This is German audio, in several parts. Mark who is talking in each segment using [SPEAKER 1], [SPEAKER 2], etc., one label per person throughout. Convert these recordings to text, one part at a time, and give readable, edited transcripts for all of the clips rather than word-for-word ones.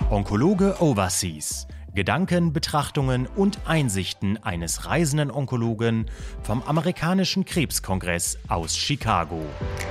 [SPEAKER 1] Onkologe Overseas. Gedanken, Betrachtungen und Einsichten eines reisenden Onkologen vom amerikanischen Krebskongress aus Chicago.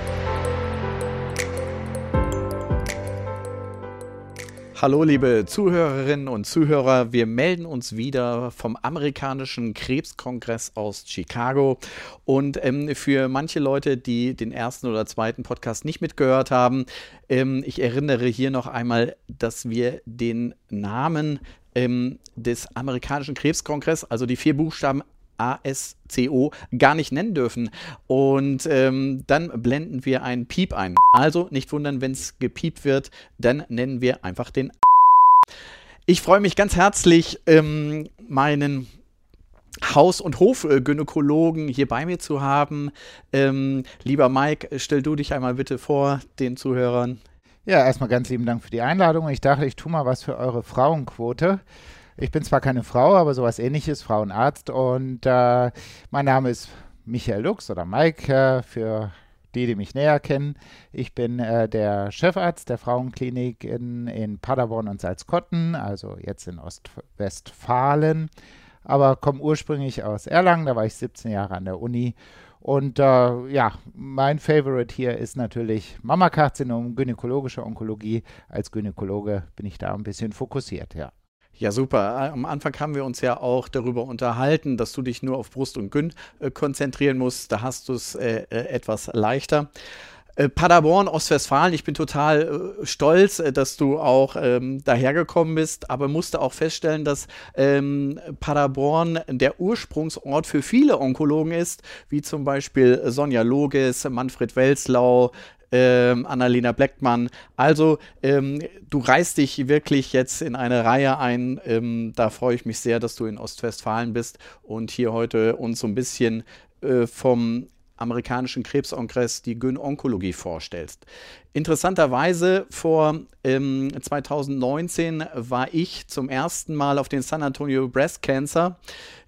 [SPEAKER 2] Hallo liebe Zuhörerinnen und Zuhörer, wir melden uns wieder vom amerikanischen Krebskongress aus Chicago und für manche Leute, die den ersten oder zweiten Podcast nicht mitgehört haben, ich erinnere hier noch einmal, dass wir den Namen des amerikanischen Krebskongress, also die 4 Buchstaben ASCO, gar nicht nennen dürfen. Und dann blenden wir einen Piep ein. Also nicht wundern, wenn es gepiept wird, dann nennen wir einfach den. Ich freue mich ganz herzlich, meinen Haus- und Hofgynäkologen hier bei mir zu haben. Lieber Mike, stell du dich einmal bitte vor den Zuhörern.
[SPEAKER 3] Ja, erstmal ganz lieben Dank für die Einladung. Ich dachte, ich tue mal was für eure Frauenquote. Ich bin zwar keine Frau, aber sowas Ähnliches, Frauenarzt. Und mein Name ist Michael Lux oder Mike, für die mich näher kennen. Ich bin der Chefarzt der Frauenklinik in Paderborn und Salzkotten, also jetzt in Ostwestfalen. Aber komme ursprünglich aus Erlangen, da war ich 17 Jahre an der Uni. Und mein Favorite hier ist natürlich Mammakarzinom, gynäkologische Onkologie. Als Gynäkologe bin ich da ein bisschen fokussiert, ja.
[SPEAKER 2] Ja, super. Am Anfang haben wir uns ja auch darüber unterhalten, dass du dich nur auf Brust und Gyn konzentrieren musst. Da hast du es etwas leichter. Paderborn, Ostwestfalen, ich bin total stolz, dass du auch dahergekommen bist, aber musste auch feststellen, dass Paderborn der Ursprungsort für viele Onkologen ist, wie zum Beispiel Sonja Loges, Manfred Welzlau, Annalena Bleckmann. Also du reißt dich wirklich jetzt in eine Reihe ein. Da freue ich mich sehr, dass du in Ostwestfalen bist und hier heute uns so ein bisschen vom amerikanischen Krebskongress die Gyn-Onkologie vorstellst. Interessanterweise vor 2019 war ich zum ersten Mal auf den San Antonio Breast Cancer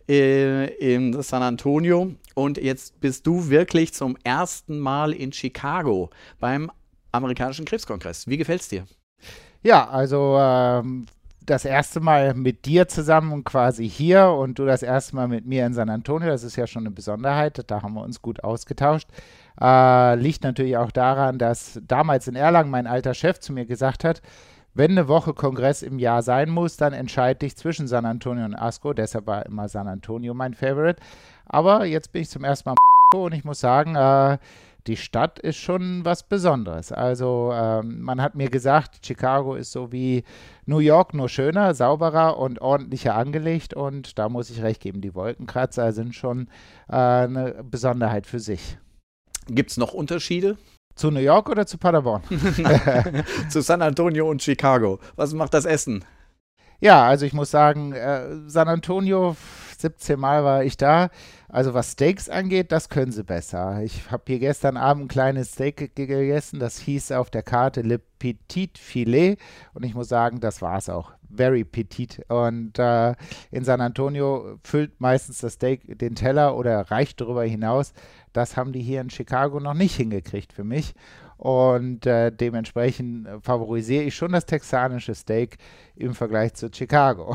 [SPEAKER 2] in San Antonio und jetzt bist du wirklich zum ersten Mal in Chicago beim amerikanischen Krebskongress. Wie gefällt's dir?
[SPEAKER 3] Ja, also das erste Mal mit dir zusammen quasi hier und du das erste Mal mit mir in San Antonio, das ist ja schon eine Besonderheit, da haben wir uns gut ausgetauscht. Liegt natürlich auch daran, dass damals in Erlangen mein alter Chef zu mir gesagt hat, wenn eine Woche Kongress im Jahr sein muss, dann entscheide dich zwischen San Antonio und ASCO, deshalb war immer San Antonio mein Favorite. Aber jetzt bin ich zum ersten Mal und ich muss sagen, die Stadt ist schon was Besonderes. Also man hat mir gesagt, Chicago ist so wie New York, nur schöner, sauberer und ordentlicher angelegt. Und da muss ich recht geben, die Wolkenkratzer sind schon eine Besonderheit für sich.
[SPEAKER 2] Gibt es noch Unterschiede?
[SPEAKER 3] Zu New York oder zu Paderborn?
[SPEAKER 2] Zu San Antonio und Chicago. Was macht das Essen?
[SPEAKER 3] Ja, also ich muss sagen, San Antonio, 17 Mal war ich da. Also was Steaks angeht, das können sie besser. Ich habe hier gestern Abend ein kleines Steak gegessen, das hieß auf der Karte Le Petit Filet und ich muss sagen, das war es auch. Very petit. Und in San Antonio füllt meistens das Steak den Teller oder reicht darüber hinaus. Das haben die hier in Chicago noch nicht hingekriegt für mich. Und dementsprechend favorisiere ich schon das texanische Steak im Vergleich zu Chicago.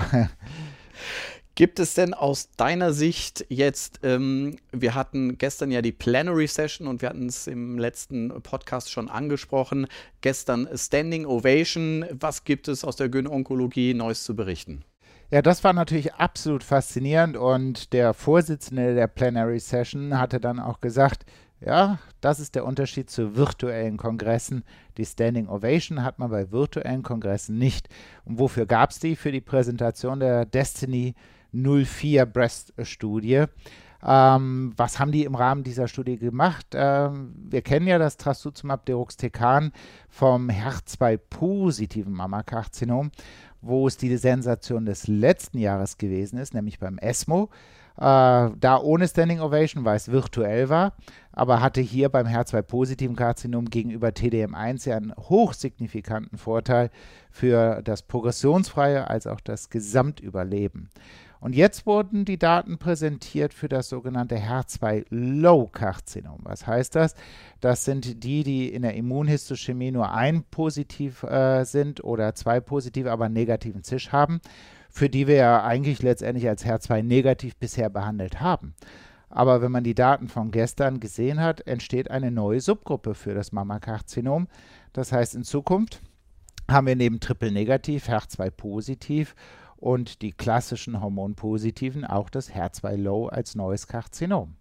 [SPEAKER 2] Gibt es denn aus deiner Sicht jetzt, wir hatten gestern ja die Plenary Session und wir hatten es im letzten Podcast schon angesprochen, gestern Standing Ovation. Was gibt es aus der Gyn-Onkologie Neues zu berichten?
[SPEAKER 3] Ja, das war natürlich absolut faszinierend und der Vorsitzende der Plenary Session hatte dann auch gesagt, ja, das ist der Unterschied zu virtuellen Kongressen. Die Standing Ovation hat man bei virtuellen Kongressen nicht. Und wofür gab es die? Für die Präsentation der Destiny 04 Breast-Studie. Was haben die im Rahmen dieser Studie gemacht? Wir kennen ja das Trastuzumab deruxtecan vom HER2-positiven Mammakarzinom, wo es die Sensation des letzten Jahres gewesen ist, nämlich beim ESMO. Da ohne Standing Ovation, weil es virtuell war, aber hatte hier beim HER2-positiven Karzinom gegenüber TDM1 ja einen hochsignifikanten Vorteil für das progressionsfreie als auch das Gesamtüberleben. Und jetzt wurden die Daten präsentiert für das sogenannte HER2-Low-Karzinom. Was heißt das? Das sind die in der Immunhistochemie nur ein positiv sind oder zwei positiv, aber einen negativen Zisch haben, für die wir ja eigentlich letztendlich als HER2-negativ bisher behandelt haben. Aber wenn man die Daten von gestern gesehen hat, entsteht eine neue Subgruppe für das Mammakarzinom. Das heißt, in Zukunft haben wir neben Triple-Negativ, HER2-positiv und die klassischen Hormonpositiven auch das HER2-Low als neues Karzinom.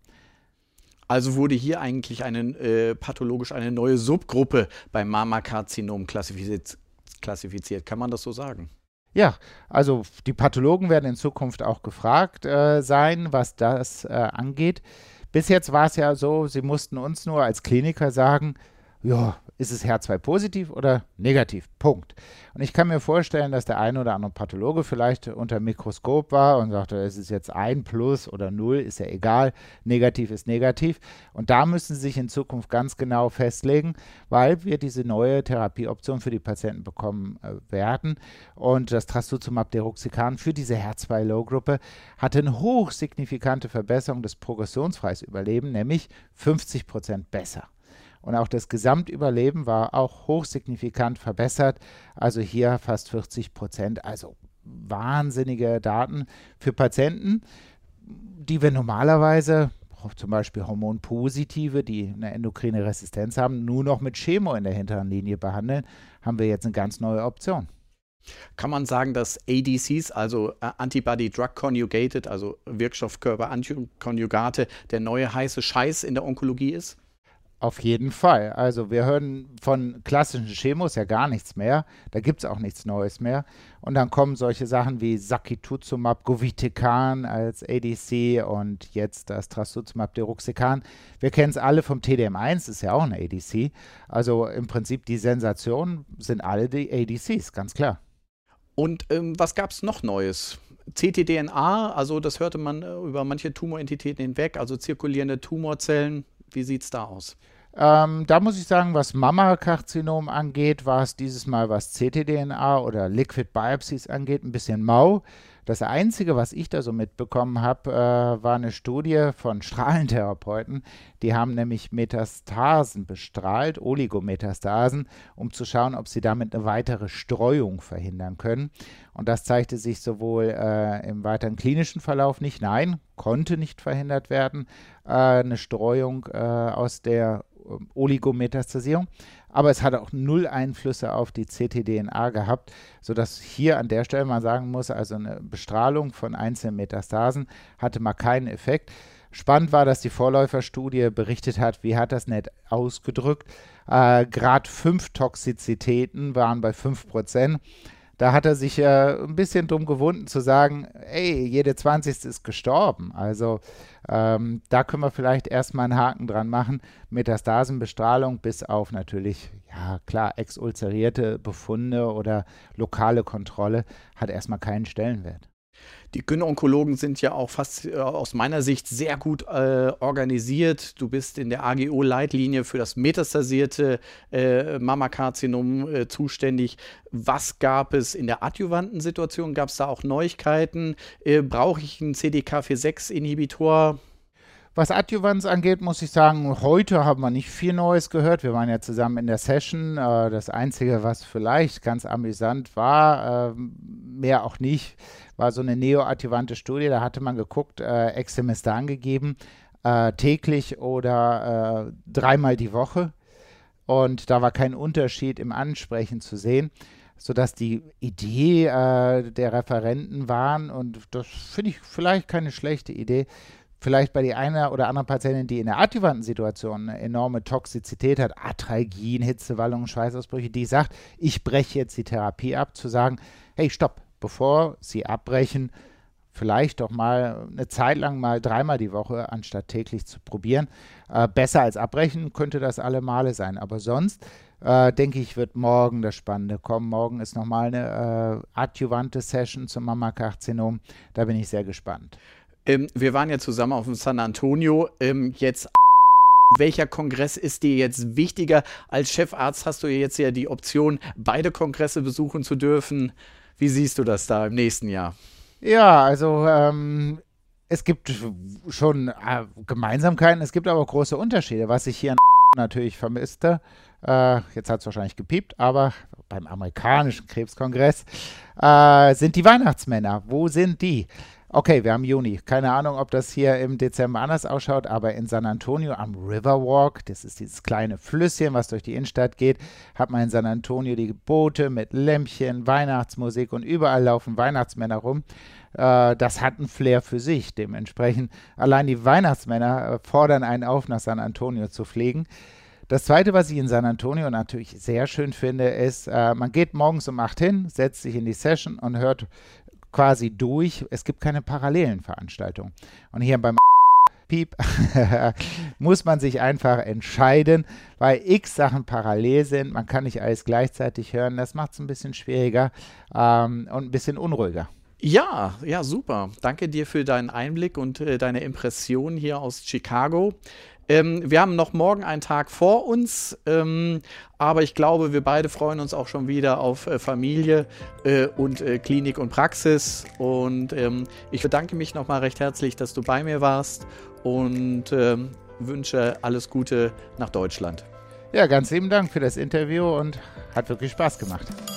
[SPEAKER 2] Also wurde hier eigentlich pathologisch eine neue Subgruppe beim Mammakarzinom klassifiziert. Kann man das so sagen?
[SPEAKER 3] Ja, also die Pathologen werden in Zukunft auch gefragt sein, was das angeht. Bis jetzt war es ja so, sie mussten uns nur als Kliniker sagen, ja, ist es HER2 positiv oder negativ? Punkt. Und ich kann mir vorstellen, dass der eine oder andere Pathologe vielleicht unter dem Mikroskop war und sagte, es ist jetzt 1 plus oder 0, ist ja egal, negativ ist negativ. Und da müssen Sie sich in Zukunft ganz genau festlegen, weil wir diese neue Therapieoption für die Patienten bekommen werden. Und das Trastuzumab deruxtecan für diese HER2-Low-Gruppe hatte eine hochsignifikante Verbesserung des progressionsfreien Überlebens, nämlich 50% besser. Und auch das Gesamtüberleben war auch hochsignifikant verbessert, also hier fast 40%, also wahnsinnige Daten für Patienten, die wir normalerweise, zum Beispiel Hormonpositive, die eine endokrine Resistenz haben, nur noch mit Chemo in der hinteren Linie behandeln, haben wir jetzt eine ganz neue Option.
[SPEAKER 2] Kann man sagen, dass ADCs, also Antibody-Drug-Conjugated, also Wirkstoffkörper-Konjugate, der neue heiße Scheiß in der Onkologie ist?
[SPEAKER 3] Auf jeden Fall. Also wir hören von klassischen Chemos ja gar nichts mehr. Da gibt es auch nichts Neues mehr. Und dann kommen solche Sachen wie Sacituzumab govitecan als ADC und jetzt das Trastuzumab deruxtecan. Wir kennen es alle vom TDM1, ist ja auch ein ADC. Also im Prinzip die Sensation sind alle die ADCs, ganz klar.
[SPEAKER 2] Und was gab es noch Neues? ctDNA, also das hörte man über manche Tumorentitäten hinweg, also zirkulierende Tumorzellen. Wie sieht es da aus?
[SPEAKER 3] Da muss ich sagen, was Mammakarzinom angeht, war es dieses Mal, was ctDNA oder Liquid Biopsies angeht, ein bisschen mau. Das Einzige, was ich da so mitbekommen habe, war eine Studie von Strahlentherapeuten. Die haben nämlich Metastasen bestrahlt, Oligometastasen, um zu schauen, ob sie damit eine weitere Streuung verhindern können. Und das zeigte sich sowohl im weiteren klinischen Verlauf nicht, nein, konnte nicht verhindert werden, eine Streuung aus der Oligometastasierung. Aber es hat auch null Einflüsse auf die ctDNA gehabt, sodass hier an der Stelle man sagen muss, also eine Bestrahlung von einzelnen Metastasen hatte mal keinen Effekt. Spannend war, dass die Vorläuferstudie berichtet hat, wie hat das nicht ausgedrückt, Grad 5 Toxizitäten waren bei 5%. Da hat er sich ein bisschen drum gewunden zu sagen, ey, jede 20. ist gestorben. Also da können wir vielleicht erstmal einen Haken dran machen. Metastasenbestrahlung bis auf natürlich, ja klar, exulzerierte Befunde oder lokale Kontrolle hat erstmal keinen Stellenwert.
[SPEAKER 2] Die Gyn-Onkologen sind ja auch fast aus meiner Sicht sehr gut organisiert. Du bist in der AGO-Leitlinie für das metastasierte Mammakarzinom zuständig. Was gab es in der adjuvanten Situation? Gab es da auch Neuigkeiten? Brauche ich einen CDK4/6-Inhibitor?
[SPEAKER 3] Was Adjuvanz angeht, muss ich sagen, heute haben wir nicht viel Neues gehört. Wir waren ja zusammen in der Session. Das Einzige, was vielleicht ganz amüsant war, mehr auch nicht, war so eine neoadjuvante Studie. Da hatte man geguckt, Exemestan gegeben, täglich oder dreimal die Woche. Und da war kein Unterschied im Ansprechen zu sehen, sodass die Idee der Referenten waren, und das finde ich vielleicht keine schlechte Idee, vielleicht bei die einer oder anderen Patientin, die in der adjuvanten Situation eine enorme Toxizität hat, Arthralgien, Hitzewallungen, Schweißausbrüche, die sagt, ich breche jetzt die Therapie ab, zu sagen, hey, stopp, bevor Sie abbrechen, vielleicht doch mal eine Zeit lang mal dreimal die Woche, anstatt täglich zu probieren. Besser als abbrechen könnte das alle Male sein, aber sonst denke ich, wird morgen das Spannende kommen. Morgen ist nochmal eine adjuvante Session zum Mammakarzinom, da bin ich sehr gespannt.
[SPEAKER 2] Wir waren ja zusammen auf dem San Antonio. Jetzt, welcher Kongress ist dir jetzt wichtiger? Als Chefarzt hast du jetzt ja die Option, beide Kongresse besuchen zu dürfen. Wie siehst du das da im nächsten Jahr?
[SPEAKER 3] Ja, also es gibt schon Gemeinsamkeiten, es gibt aber auch große Unterschiede, was ich hier in natürlich vermisste. Jetzt hat es wahrscheinlich gepiept, aber beim amerikanischen Krebskongress sind die Weihnachtsmänner. Wo sind die? Okay, wir haben Juni. Keine Ahnung, ob das hier im Dezember anders ausschaut, aber in San Antonio am Riverwalk, das ist dieses kleine Flüsschen, was durch die Innenstadt geht, hat man in San Antonio die Boote mit Lämpchen, Weihnachtsmusik und überall laufen Weihnachtsmänner rum. Das hat einen Flair für sich. Dementsprechend allein die Weihnachtsmänner fordern einen auf, nach San Antonio zu fliegen. Das Zweite, was ich in San Antonio natürlich sehr schön finde, ist, man geht morgens um 8 hin, setzt sich in die Session und hört quasi durch. Es gibt keine parallelen Veranstaltungen. Und hier beim Piep muss man sich einfach entscheiden, weil x Sachen parallel sind. Man kann nicht alles gleichzeitig hören. Das macht es ein bisschen schwieriger und ein bisschen unruhiger.
[SPEAKER 2] Ja, super. Danke dir für deinen Einblick und deine Impression hier aus Chicago. Wir haben noch morgen einen Tag vor uns, aber ich glaube, wir beide freuen uns auch schon wieder auf Familie und Klinik und Praxis. Und ich bedanke mich nochmal recht herzlich, dass du bei mir warst und wünsche alles Gute nach Deutschland.
[SPEAKER 3] Ja, ganz lieben Dank für das Interview und hat wirklich Spaß gemacht.